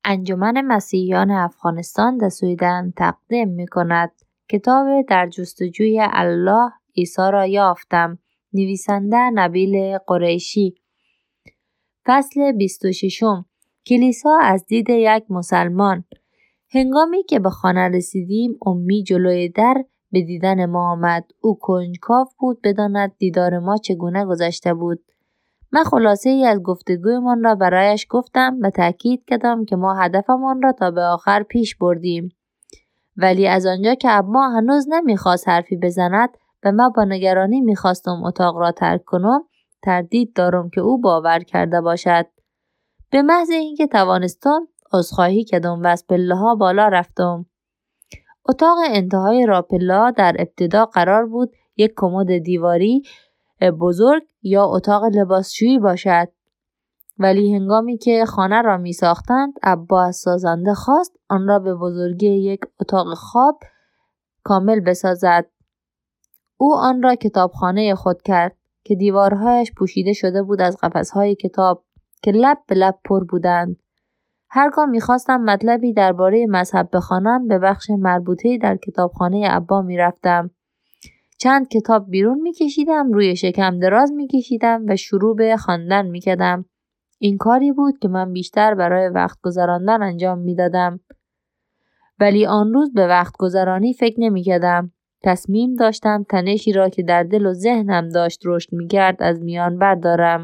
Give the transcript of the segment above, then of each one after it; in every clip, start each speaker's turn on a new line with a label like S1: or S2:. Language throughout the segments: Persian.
S1: انجمن مسیحیان افغانستان در سویدن تقدیم می‌کند. کتاب در جستجوی الله عیسی را یافتم. نویسنده نبیل قریشی. فصل 26. کلیسا از دید یک مسلمان. هنگامی که به خانه رسیدیم، امی جلوی در به دیدن ما آمد. او کنجکاو بود بداند دیدار ما چگونه گذشته بود. من خلاصه ای از گفتگویمان را برایش گفتم و تأکید کردم که ما هدفمان را تا به آخر پیش بردیم. ولی از آنجا که ابا هنوز نمیخواست حرفی بزند و من با نگرانی میخواستم اتاق را ترک کنم، تردید دارم که او باور کرده باشد. به محض اینکه توانستم عذرخواهی کردم و از پله‌ها بالا رفتم. اتاق انتهای راه‌پله‌ها در ابتدا قرار بود یک کمد دیواری بزرگ یا اتاق لباسشویی باشد. ولی هنگامی که خانه را می ساختند، ابا از سازنده خواست آن را به بزرگی یک اتاق خواب کامل بسازد. او آن را کتابخانه خود کرد که دیوارهایش پوشیده شده بود از قفس‌های کتاب که لب به لب پر بودند. هرگاه می‌خواستم مطلبی درباره مذهب بخوانم، به بخش مربوطه در کتابخانه ابا می‌رفتم. چند کتاب بیرون می‌کشیدم، روی شکم دراز می‌کشیدم و شروع به خواندن می‌کردم. این کاری بود که من بیشتر برای وقت گذراندن انجام می‌دادم. ولی آن روز به وقت گذرانی فکر نمی‌کردم. تصمیم داشتم تنشی را که در دل و ذهنم داشت رشد می‌کرد از میان بردارم.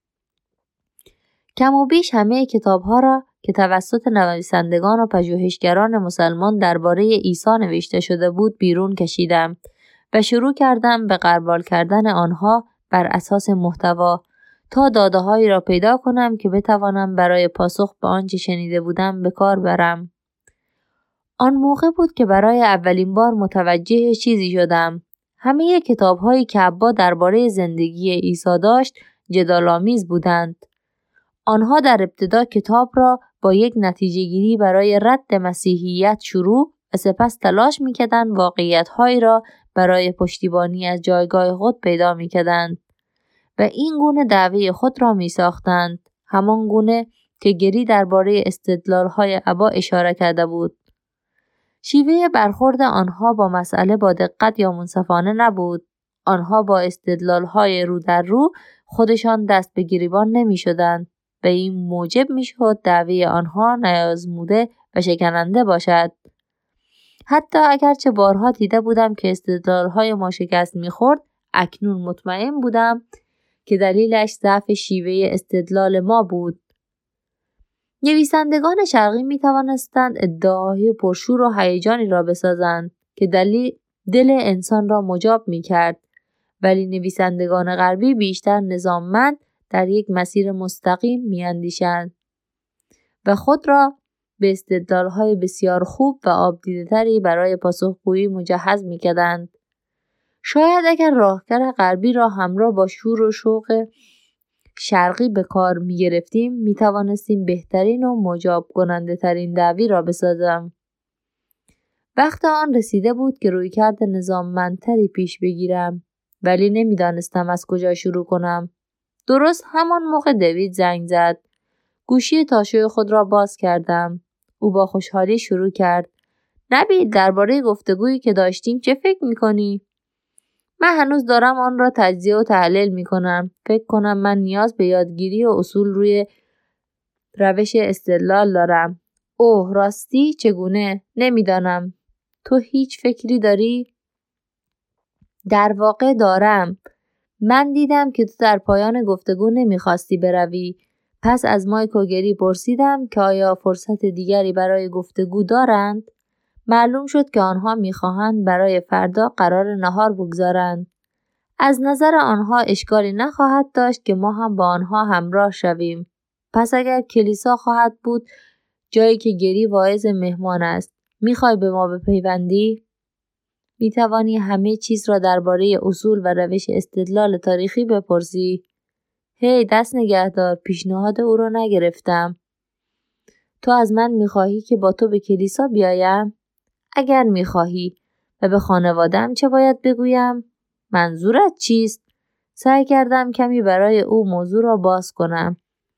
S1: کم و بیش همه کتاب‌ها را که توسط نویسندگان و پژوهشگران مسلمان درباره عیسی نوشته شده بود بیرون کشیدم و شروع کردم به غربال کردن آنها بر اساس محتوا تا داده‌هایی را پیدا کنم که بتوانم برای پاسخ به آنچه شنیده بودم به کار برم. آن موقع بود که برای اولین بار متوجه چیزی شدم. همه کتاب‌هایی که ابا درباره زندگی عیسی داشت جدال‌آمیز بودند. آنها در ابتدا کتاب را با یک نتیجه گیری برای رد مسیحیت شروع و سپس تلاش می‌کردند واقعیت‌هایی را برای پشتیبانی از جایگاه خود پیدا می‌کردند و این گونه دعوی خود را می‌ساختند، همان گونه که گری درباره استدلال‌های ابا اشاره کرده بود. شیوه برخورد آنها با مسئله با دقت یا منصفانه نبود. آنها با استدلال‌های رو در رو خودشان دست به گریبان نمی‌شدند و این موجب می‌شد دعوی آنها نیازموده و شکننده باشد. حتی اگرچه بارها دیده بودم که استدلال‌های ما شکست می‌خورد، اکنون مطمئن بودم که دلیلش ضعف شیوه استدلال ما بود. نویسندگان شرقی می‌توانستند ادعاهای پرشور و هیجانی را بسازند که دل انسان را مجاب می‌کرد، ولی نویسندگان غربی بیشتر نظاممند در یک مسیر مستقیم می‌اندیشند و خود را به استدلال‌های بسیار خوب و آبدیده‌تری برای پاسخگویی مجهز می‌کردند. شاید اگر راهکار غربی را همراه با شور و شوق شرقی به کار می‌گرفتیم، می‌توانستیم بهترین و مجاب کننده ترین دعوی را بسازم. وقت آن رسیده بود که رویکرد نظاممندتری پیش بگیرم، ولی نمی‌دانستم از کجا شروع کنم. درست همان موقع دیوید زنگ زد. گوشی تاشوی خود را باز کردم. او با خوشحالی شروع کرد. نبیل، درباره گفتگویی که داشتیم چه فکر می‌کنی؟ من هنوز دارم آن را تجزیه و تحلیل می‌کنم. فکر کنم من نیاز به یادگیری و اصول روی روش استدلال دارم. اوه، راستی چگونه؟ نمی‌دانم. تو هیچ فکری داری؟ در واقع دارم. من دیدم که تو در پایان گفتگو نمی‌خواستی بروی. پس از مایک و گری پرسیدم که آیا فرصت دیگری برای گفتگو دارند؟ معلوم شد که آنها می‌خواهند برای فردا قرار نهار بگذارند. از نظر آنها اشکالی نخواهد داشت که ما هم با آنها همراه شویم. پس اگر کلیسا خواهد بود جایی که گری واعظ مهمان است، می‌خوای به ما بپیوندی؟ می‌توانی همه چیز را درباره اصول و روش استدلال تاریخی بپرسی. هی، دست نگهدار، پیشنهاد او را نگرفتم. تو از من می‌خواهی که با تو به کلیسا بیایم؟ اگر می‌خواهی. و به خانواده‌ام چه باید بگویم؟ منظورت چیست؟ سعی کردم کمی برای او موضوع را باز کنم.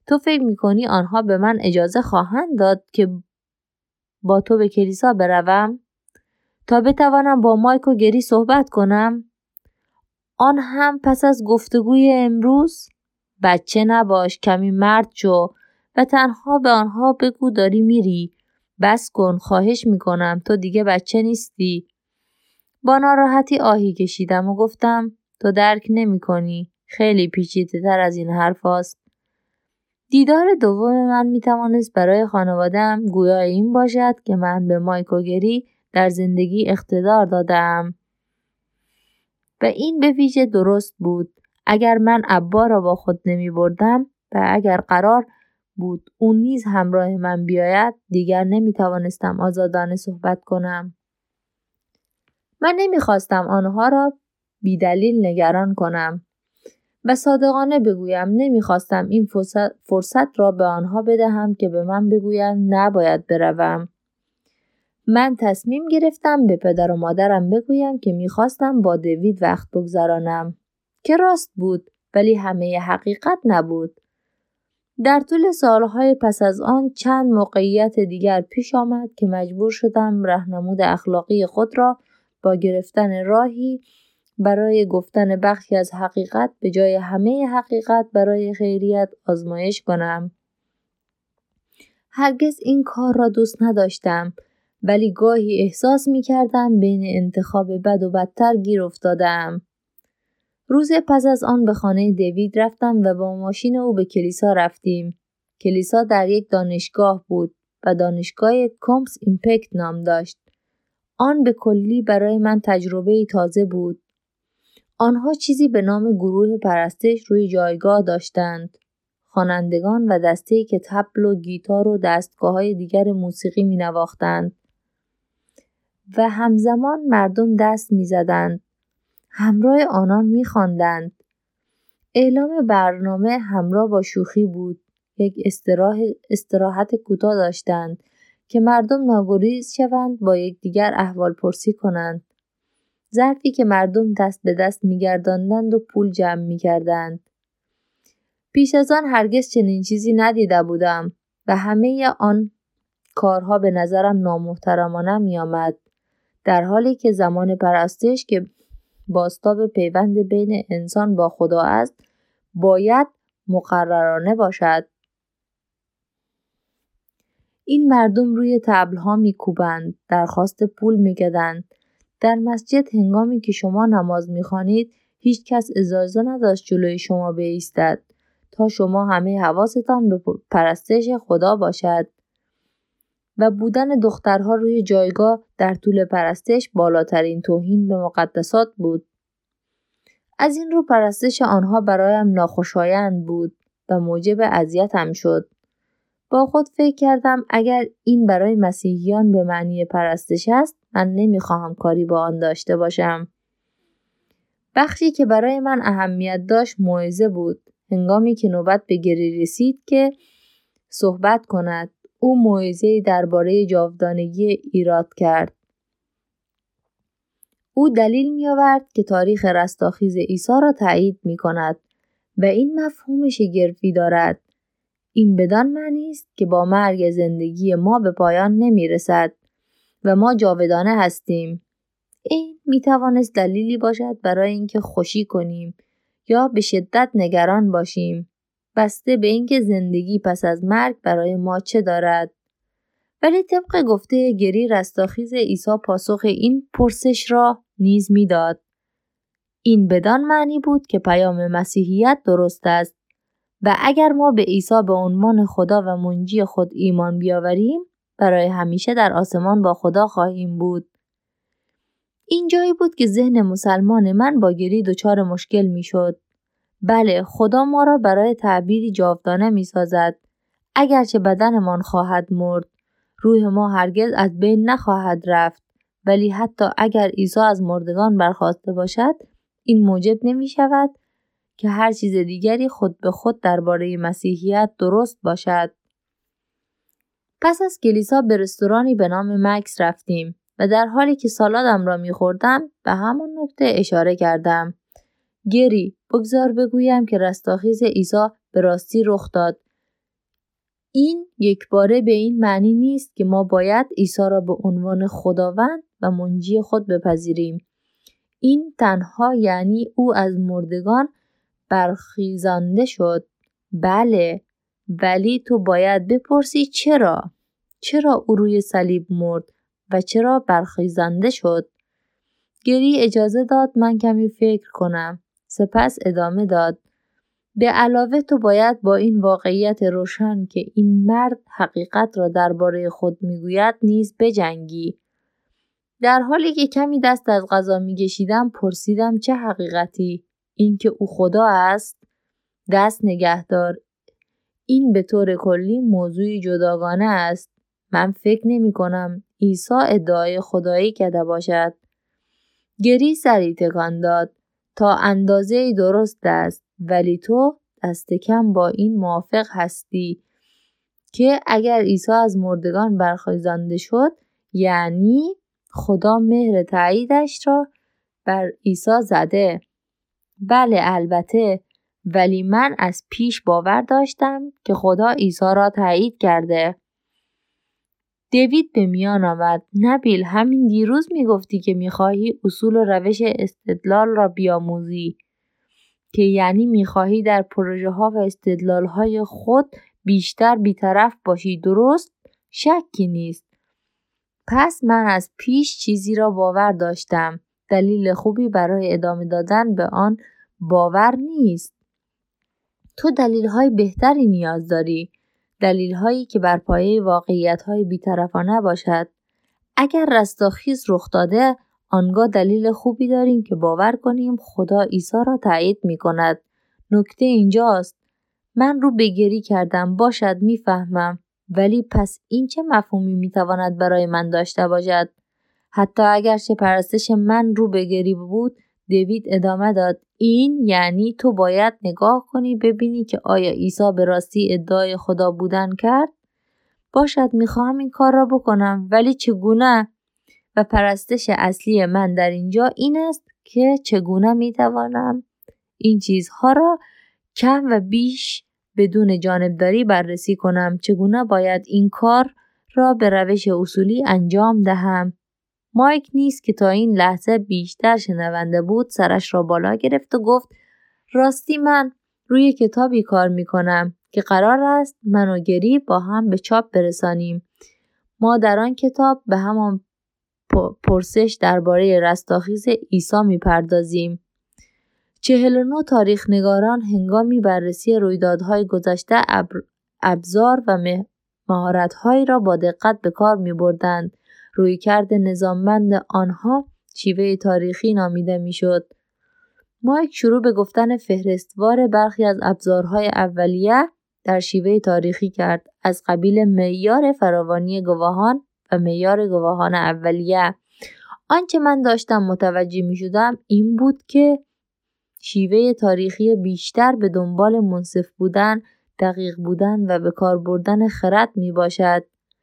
S1: تو فکر میکنی آنها به من اجازه خواهند داد که با تو به کلیسا بروم تا بتوانم با مایک و گری صحبت کنم؟ آن هم پس از گفتگوی امروز؟ بچه نباش، کمی مرد شو و تنها به آنها بگو داری میری. بس کن، خواهش میکنم، تو دیگه بچه نیستی. با ناراحتی آهی کشیدم و گفتم تو درک نمی کنی. خیلی پیچیده تر از این حرف هاست. دیدار دوم من می توانست برای خانواده‌ام گویا این باشد که من به مایک و گری در زندگی اقتدار دادم. و این به ویژه درست بود. اگر من عبا را با خود نمی بردم و اگر قرار بود اون نیز همراه من بیاید، دیگر نمی توانستم آزادانه صحبت کنم. من نمی خواستم آنها را بی دلیل نگران کنم و صادقانه بگویم نمی خواستم این فرصت را به آنها بدهم که به من بگویند نباید بروم. من تصمیم گرفتم به پدر و مادرم بگویم که می خواستم با دیوید وقت بگذرانم که راست بود، ولی همه حقیقت نبود. در طول سالهای پس از آن چند موقعیت دیگر پیش آمد که مجبور شدم راهنمود اخلاقی خود را با گرفتن راهی برای گفتن بخشی از حقیقت به جای همه حقیقت برای خیریت آزمایش کنم. هرگز این کار را دوست نداشتم، ولی گاهی احساس می کردم بین انتخاب بد و بدتر گیر افتادم. روز پس از آن به خانه دیوید رفتم و با ماشین او به کلیسا رفتیم. کلیسا در یک دانشگاه بود و دانشگاه کامپس ایمپکت نام داشت. آن به کلی برای من تجربه تازه بود. آنها چیزی به نام گروه پرستش روی جایگاه داشتند. خوانندگان و دسته‌ای که طبل و گیتار و دستگاه‌های دیگر موسیقی می‌نواختند و همزمان مردم دست می‌زدند. همراه آنان می‌خواندند. اعلام برنامه همراه با شوخی بود. یک استراحت کوتاه داشتند که مردم ناگزیر شوند با یکدیگر احوالپرسی کنند. ظرفی که مردم دست به دست می‌گرداندند و پول جمع می‌کردند. پیش از آن هرگز چنین چیزی ندیده بودم و همه آن کارها به نظرم نامحترمانه می‌آمد، در حالی که زمان پرستش که بازتاب پیوند بین انسان با خدا است باید مقررانه باشد. این مردم روی طبل‌ها می‌کوبند، درخواست پول می‌دهند. در مسجد هنگامی که شما نماز می‌خوانید هیچ کس اجازه نداشت جلوی شما بایستد تا شما همه حواستان به پرستش خدا باشد. و بودن دخترها روی جایگاه در طول پرستش بالاترین توهین به مقدسات بود. از این رو پرستش آنها برایم ناخوشایند بود و موجب اذیتم شد. با خود فکر کردم اگر این برای مسیحیان به معنی پرستش است، من نمیخواهم کاری با آن داشته باشم. بخشی که برای من اهمیت داشت موعظه بود. هنگامی که نوبت به گری رسید که صحبت کند، او موعظه‌ای درباره جاودانگی ایراد کرد. او دلیل می آورد که تاریخ رستاخیز عیسی را تایید می کند و این مفهوم شگرفی دارد. این بدان معنی است که با مرگ زندگی ما به پایان نمی رسد و ما جاودانه هستیم. این می توانست دلیلی باشد برای اینکه خوشی کنیم یا به شدت نگران باشیم، بسته به اینکه زندگی پس از مرگ برای ما چه دارد. ولی طبق گفته گری رستاخیز عیسی پاسخ این پرسش را نیز میداد. این بدان معنی بود که پیام مسیحیت درست است و اگر ما به عیسی به عنوان خدا و منجی خود ایمان بیاوریم، برای همیشه در آسمان با خدا خواهیم بود. این جایی بود که ذهن مسلمان من با گری دچار مشکل میشد. بله، خدا ما را برای تعبیری جاودانه میسازد. اگرچه بدنمان خواهد مرد، روح ما هرگز از بین نخواهد رفت. ولی حتی اگر عیسی از مردگان برخاسته باشد، این موجب نمی شود که هر چیز دیگری خود به خود درباره مسیحیت درست باشد. پس از کلیسا به رستورانی به نام مکس رفتیم و در حالی که سالادم را می خوردم به همان نکته اشاره کردم. گری، بگذار بگویم که رستاخیز عیسی به راستی رخ داد. این یک باره به این معنی نیست که ما باید عیسی را به عنوان خداوند و منجی خود بپذیریم. این تنها یعنی او از مردگان برخیزانده شد. بله، ولی تو باید بپرسی چرا؟ چرا او روی صلیب مرد و چرا برخیزانده شد؟ گری اجازه داد من کمی فکر کنم. سپس ادامه داد: به علاوه تو باید با این واقعیت روشن که این مرد حقیقت را درباره خود میگوید نیز بجنگی. در حالی که کمی دست از غذا میکشیدم پرسیدم چه حقیقتی؟ این که او خدا است؟ دست نگهدار. این به طور کلی موضوعی جداگانه است. من فکر نمی کنم عیسی ادعای خدایی کرده باشد. گری سری تکان داد. تا اندازه‌ای درست است، ولی تو دست کم با این موافق هستی که اگر عیسی از مردگان برخیزانده شد یعنی خدا مهر تاییدش را بر عیسی زده. بله البته، ولی من از پیش باور داشتم که خدا عیسی را تایید کرده. دیوید به میان آمد. نبیل، همین دیروز میگفتی که میخواهی اصول و روش استدلال را بیاموزی، که یعنی میخواهی در پروژه ها و استدلال های خود بیشتر بیطرف باشی، درست؟ شکی نیست. پس من از پیش چیزی را باور داشتم. دلیل خوبی برای ادامه دادن به آن باور نیست. تو دلیل های بهتری نیاز داری. دلیل هایی که بر پایه واقعیت های بیطرفانه باشد. اگر رستاخیز رخ داده، آنگاه دلیل خوبی داریم که باور کنیم خدا عیسی را تایید می کند. نکته اینجاست. من رو به گری کردم. باشد میفهمم. ولی پس این چه مفهومی میتواند برای من داشته باشد؟ حتی اگر چه پرستش من رو به گری بود، دیوید ادامه داد: این یعنی تو باید نگاه کنی ببینی که آیا عیسی به راستی ادعای خدا بودن کرد؟ باشد میخواهم این کار را بکنم، ولی چگونه؟ و پرستش اصلی من در اینجا این است که چگونه میتوانم این چیزها را کم و بیش بدون جانبداری بررسی کنم. چگونه باید این کار را به روش اصولی انجام دهم. مایک نیست که تا این لحظه بیشتر شنونده بود سرش را بالا گرفت و گفت: راستی من روی کتابی کار میکنم که قرار است من و گری با هم به چاپ برسانیم. ما در آن کتاب به همان پرسش درباره رستاخیز عیسی میپردازیم. 49 تاریخ نگاران هنگامی بررسی رویدادهای گذشته ابزار و مهارت‌هایی را با دقت به کار می‌بردند. رویکرد نظاممند آنها شیوه تاریخی نامیده می‌شد. مایک شروع به گفتن فهرستوار برخی از ابزارهای اولیه در شیوه تاریخی کرد، از قبیل معیار فراوانی گواهان و معیار گواهان اولیه. آنچه من داشتم متوجه می‌شدم این بود که شیوه تاریخی بیشتر به دنبال منصف بودن، دقیق بودن و به کار بردن خرد می باشد.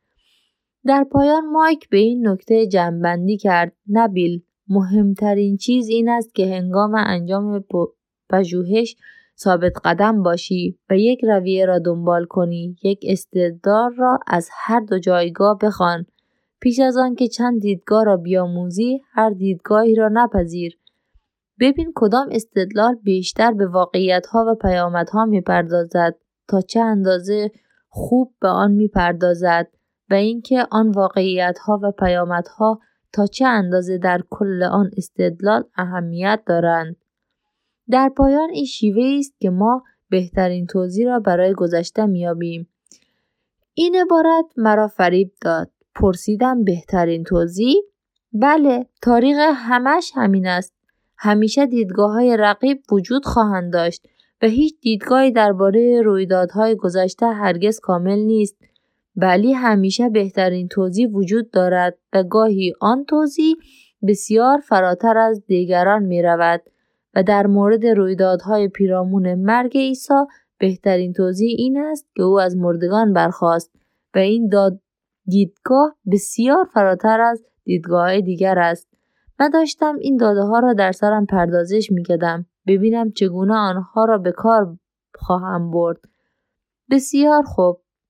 S1: در پایان مایک به این نکته جمع‌بندی کرد: نبیل، مهمترین چیز این است که هنگام انجام پژوهش ثابت قدم باشی و یک رویه را دنبال کنی. یک استدلال را از هر دو جایگاه بخوان. پیش از آن که چند دیدگاه را بیاموزی، هر دیدگاهی را نپذیر. ببین کدام استدلال بیشتر به واقعیت‌ها و پیامدها می‌پردازد، تا چه اندازه خوب به آن می‌پردازد و اینکه آن واقعیت‌ها و پیامدها تا چه اندازه در کل آن استدلال اهمیت دارند. در پایان این شیوه‌ای است که ما بهترین توضیح را برای گذشته می‌یابیم. این عبارت مرا فریب داد. پرسیدم بهترین توضیح؟ بله، تاریخ همش همین است. همیشه دیدگاه‌های رقیب وجود خواهند داشت و هیچ دیدگاهی درباره رویدادهای گذشته هرگز کامل نیست، ولی همیشه بهترین توضیح وجود دارد و گاهی آن توضیح بسیار فراتر از دیگران می‌رود و در مورد رویدادهای پیرامون مرگ عیسی بهترین توضیح این است که او از مردگان برخاست و این دیدگاه بسیار فراتر از دیدگاه‌های دیگر است. من داشتم این داده ها را در سرم پردازش می‌کردم، ببینم چگونه آنها را به کار خواهم برد. بسیار خوب.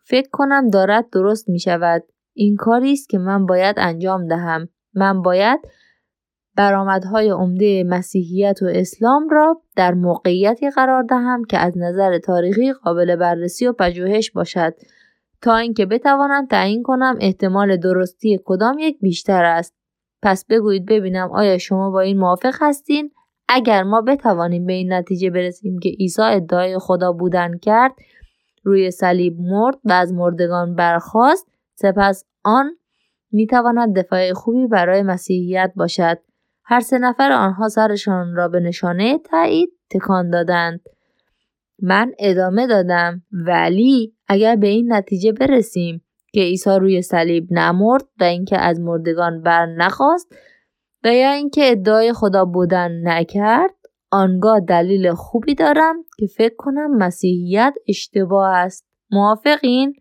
S1: فکر کنم دارد درست می شود. این کاری است که من باید انجام دهم. من باید برآمدهای عمده مسیحیت و اسلام را در موقعیتی قرار دهم که از نظر تاریخی قابل بررسی و پژوهش باشد تا اینکه بتوانم تعیین کنم احتمال درستی کدام یک بیشتر است. پس بگویید ببینم آیا شما با این موافق هستین؟ اگر ما بتوانیم به این نتیجه برسیم که عیسی ادعای خدا بودن کرد، روی صلیب مرد و از مردگان برخاست، سپس آن میتواند دفاع خوبی برای مسیحیت باشد. هر سه نفر آنها سرشان را به نشانه تایید تکان دادند. من ادامه دادم ولی اگر به این نتیجه برسیم که عیسی روی صلیب نمرد و اینکه از مردگان بر نخاست و یا اینکه ادعای خدا بودن نکرد، آنگاه دلیل خوبی دارم که فکر کنم مسیحیت اشتباه است. موافقین؟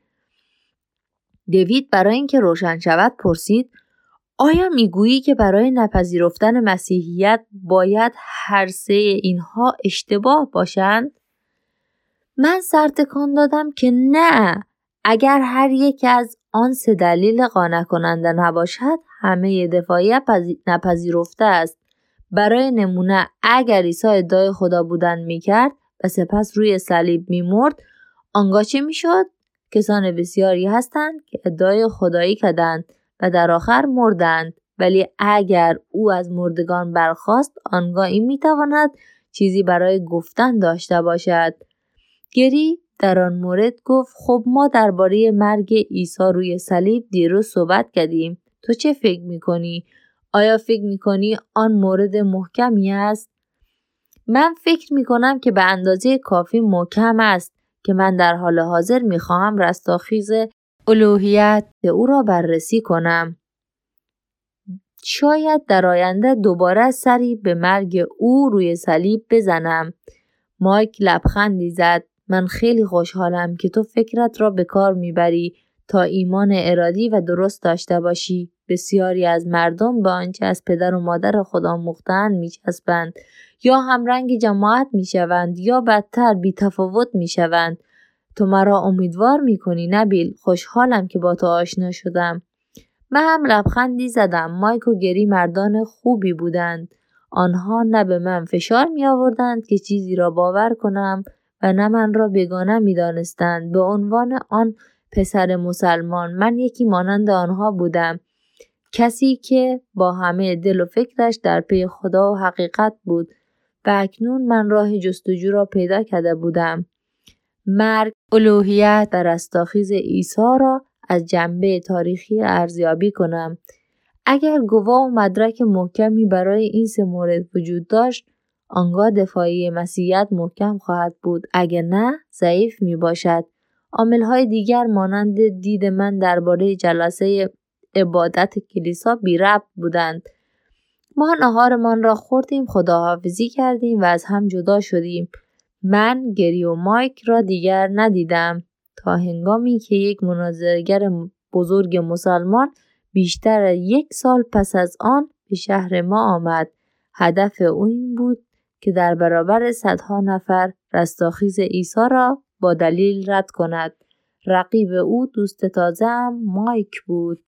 S1: دیوید برای اینکه روشن شود پرسید آیا میگویی که برای نپذیرفتن مسیحیت باید هر سه اینها اشتباه باشند؟ من سر تکان دادم که نه، اگر هر یک از آن سه دلیل قانع کننده نباشد همه دفاعی نپذیرفته است. برای نمونه اگر عیسی ادعای خدا بودن میکرد و سپس روی صلیب میمرد، آنگاه چه میشد؟ کسان بسیاری هستند که ادعای خدایی کردند و در آخر مردند، ولی اگر او از مردگان برخاست آنگاه این میتواند چیزی برای گفتن داشته باشد. گری در آن مورد گفت خب ما درباره مرگ عیسی روی صلیب دیروز صحبت کردیم. تو چه فکر میکنی؟ آیا فکر میکنی آن مورد محکمی است؟ من فکر میکنم که به اندازه کافی محکم است که من در حال حاضر میخواهم رستاخیز الوهیت او را بررسی کنم. شاید در آینده دوباره سری به مرگ او روی صلیب بزنم. مایک لبخندی زد. من خیلی خوشحالم که تو فکرت را به کار میبری تا ایمان ارادی و درست داشته باشی. بسیاری از مردم به آنچه از پدر و مادر خود آموخته‌اند میچسبند، یا همرنگ جماعت میشوند یا بدتر بی‌تفاوت میشوند. تو مرا امیدوار میکنی نبیل. خوشحالم که با تو آشنا شدم. من هم لبخندی زدم. مایک و گری مردان خوبی بودند. آنها نه به من فشار می آوردند که چیزی را باور کنم و نه من را بیگانه می دانستند. به عنوان آن پسر مسلمان من یکی مانند آنها بودم. کسی که با همه دل و فکرش در پی خدا و حقیقت بود و اکنون من راه جستجو را پیدا کرده بودم. مرگ، الوهیت و رستاخیز عیسی را از جنبه تاریخی ارزیابی کنم. اگر گواه و مدرک محکمی برای این سه مورد وجود داشت، آنگاه دفاعی مسیحیت محکم خواهد بود. اگر نه، ضعیف می باشد. عامل‌های دیگر مانند دید من درباره جلسه عبادت کلیسا بی ربط بودند. ما نهارمان را خوردیم، خداحافظی کردیم و از هم جدا شدیم. من گری و مایک را دیگر ندیدم تا هنگامی که یک مناظرگر بزرگ مسلمان بیشتر از 1 سال پس از آن به شهر ما آمد. هدف او این بود که در برابر صدها نفر رستاخیز عیسی را با دلیل رد کند. رقیب او دوست تازه‌ام مایک بود.